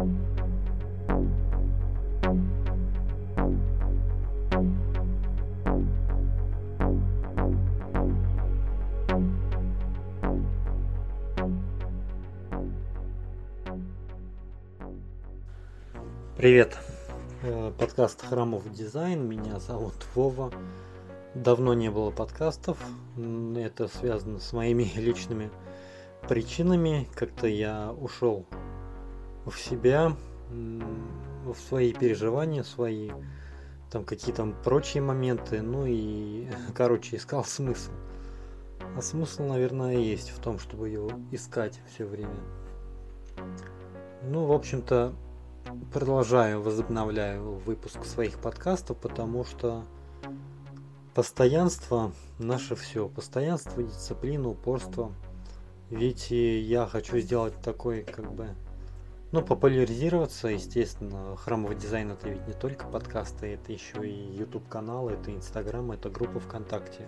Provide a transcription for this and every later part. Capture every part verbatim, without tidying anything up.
Привет, подкаст Храмов Дизайн, меня зовут Вова. Давно не было подкастов, это связано с моими личными причинами. Как-то я ушел в себя, в свои переживания, в свои там какие-то прочие моменты, ну и, короче, искал смысл. А смысл, наверное, есть в том, чтобы его искать все время. Ну, в общем-то, продолжаю, возобновляю выпуск своих подкастов, потому что постоянство наше все. Постоянство, дисциплина, упорство. Ведь я хочу сделать такой, как бы, ну, популяризироваться, естественно. Храмовый дизайн — это ведь не только подкасты, это еще и YouTube канал, это Instagram, это группа ВКонтакте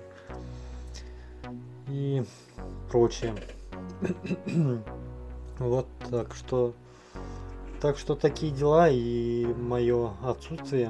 и прочее. Вот, так что Так что такие дела, и мое отсутствие,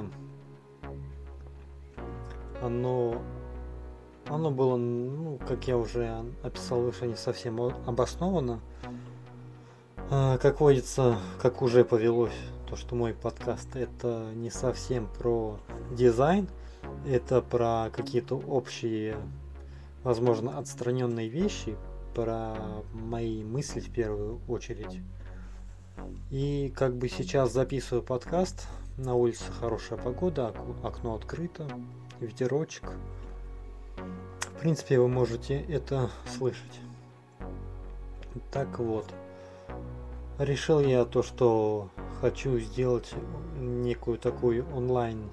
оно, оно было, ну, как я уже описал выше, не совсем обосновано. А, как водится, как уже повелось, то, что мой подкаст — это не совсем про дизайн, это про какие-то общие, возможно, отстраненные вещи, про мои мысли в первую очередь. И как бы сейчас записываю подкаст, на улице хорошая погода, окно открыто, ветерочек. В принципе, вы можете это слышать. Так вот, решил я то, что хочу сделать некую такую онлайн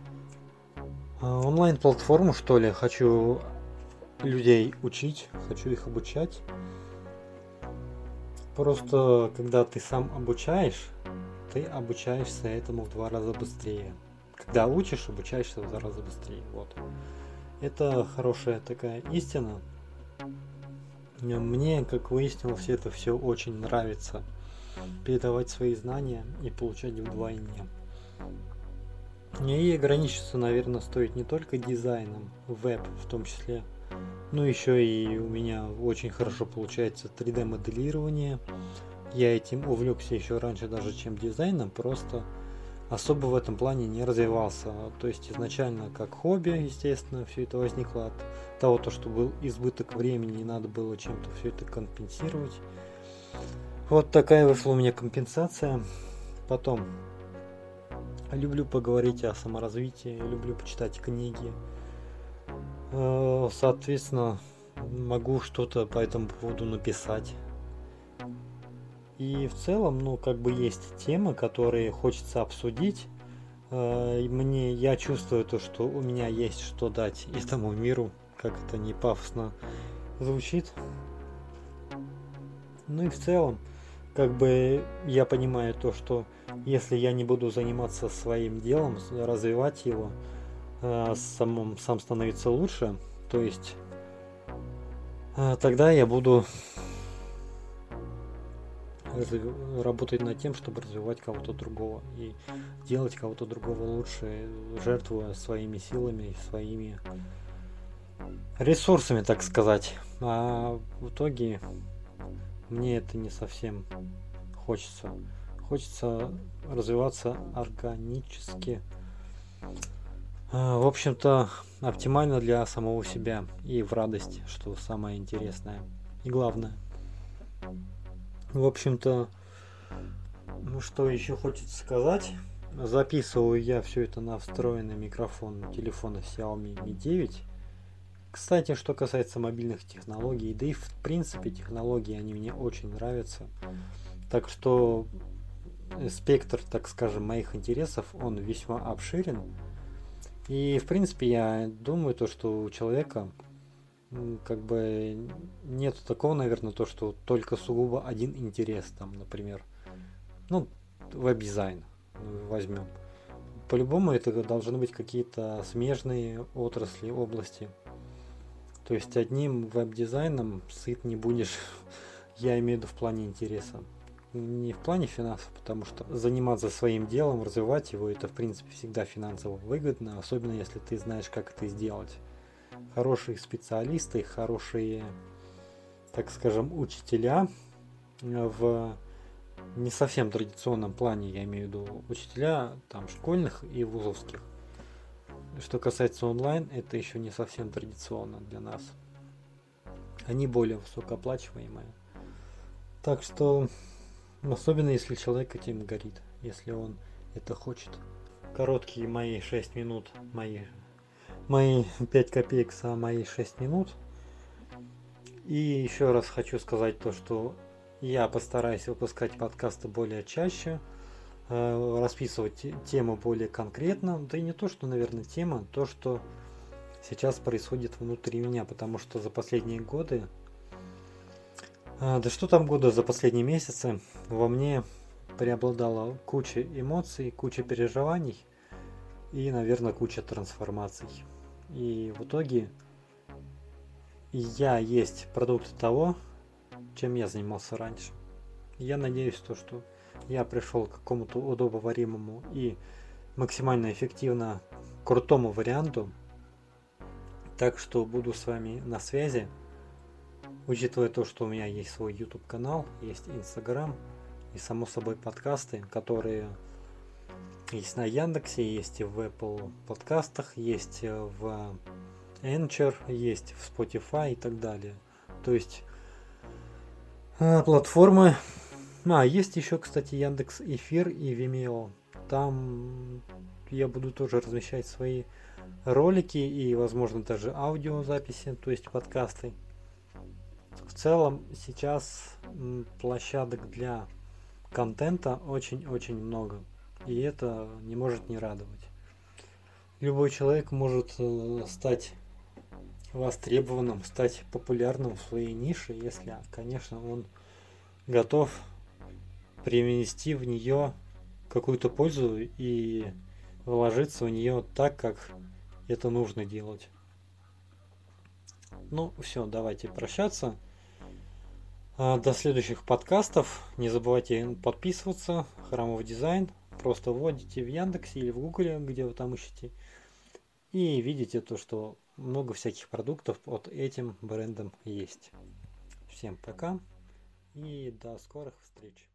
онлайн платформу, что ли. Хочу людей учить, хочу их обучать. Просто когда ты сам обучаешь, ты обучаешься этому в два раза быстрее. Когда учишь, обучаешься в два раза быстрее. Вот. Это хорошая такая истина. Мне, как выяснилось, это все очень нравится. Передавать свои знания и получать вдвойне. И ограничиться, наверное, стоит не только дизайном, веб в том числе. Ну, еще и у меня очень хорошо получается три дэ моделирование. Я этим увлекся еще раньше даже, чем дизайном, просто особо в этом плане не развивался. То есть изначально как хобби, естественно, все это возникло от того, то, что был избыток времени и надо было чем-то все это компенсировать. Вот такая вышла у меня компенсация. Потом люблю поговорить о саморазвитии, люблю почитать книги. Соответственно, могу что-то по этому поводу написать. И в целом, ну, как бы есть темы, которые хочется обсудить. Мне, я чувствую то, что у меня есть что дать этому миру, как это не пафосно звучит. Ну и в целом, как бы я понимаю то, что если я не буду заниматься своим делом, развивать его, самому сам становиться лучше, то есть тогда я буду работать над тем, чтобы развивать кого-то другого и делать кого-то другого лучше, жертвуя своими силами, своими ресурсами, так сказать. А в итоге мне это не совсем хочется. Хочется развиваться органически. В общем-то, оптимально для самого себя и в радость, что самое интересное и главное. В общем-то, ну что еще хочется сказать. Записываю я все это на встроенный микрофон телефона Xiaomi ми девять. Кстати, что касается мобильных технологий, да и в принципе технологии, они мне очень нравятся. Так что спектр, так скажем, моих интересов, он весьма обширен. И в принципе я думаю то, что у человека как бы нет такого, наверное, то, что только сугубо один интерес, там, например, ну, веб-дизайн возьмем. По-любому это должны быть какие-то смежные отрасли, области. То есть одним веб-дизайном сыт не будешь, я имею в виду в плане интереса. не в плане финансов, потому что заниматься своим делом, развивать его, это в принципе всегда финансово выгодно, особенно если ты знаешь, как это сделать. Хорошие специалисты, хорошие, так скажем, учителя в не совсем традиционном плане, я имею в виду учителя там школьных и вузовских. Что касается онлайн, это еще не совсем традиционно для нас. Они более высокооплачиваемые. Так что, особенно если человек этим горит, если он это хочет. Короткие мои шесть минут, мои, мои пять копеек за мои шесть минут. И еще раз хочу сказать то, что я постараюсь выпускать подкасты более чаще, э, расписывать тему более конкретно. Да и не то, что, наверное, тема, то, что сейчас происходит внутри меня, потому что за последние годы, э, да что там годы, за последние месяцы во мне преобладала куча эмоций, куча переживаний и, наверное, куча трансформаций. И в итоге я есть продукт того, чем я занимался раньше. Я надеюсь, то, что я пришел к какому-то удобоваримому и максимально эффективно крутому варианту. Так что буду с вами на связи. Учитывая то, что у меня есть свой YouTube канал, есть Instagram и само собой подкасты, которые есть на Яндексе, есть и в Apple подкастах, есть в Anchor, есть в Spotify и так далее. То есть платформы. А, есть еще, кстати, Яндекс Эфир и Vimeo. Там я буду тоже размещать свои ролики и, возможно, даже аудиозаписи, то есть подкасты. В целом, сейчас площадок для контента очень-очень много. И это не может не радовать. Любой человек может стать востребованным, стать популярным в своей нише, если, конечно, он готов привнести в нее какую-то пользу и вложиться в нее так, как это нужно делать. Ну, все, давайте прощаться. До следующих подкастов. Не забывайте подписываться. Храмов дизайн. Просто вводите в Яндексе или в Гугле, где вы там ищете. И видите то, что много всяких продуктов под этим брендом есть. Всем пока и до скорых встреч.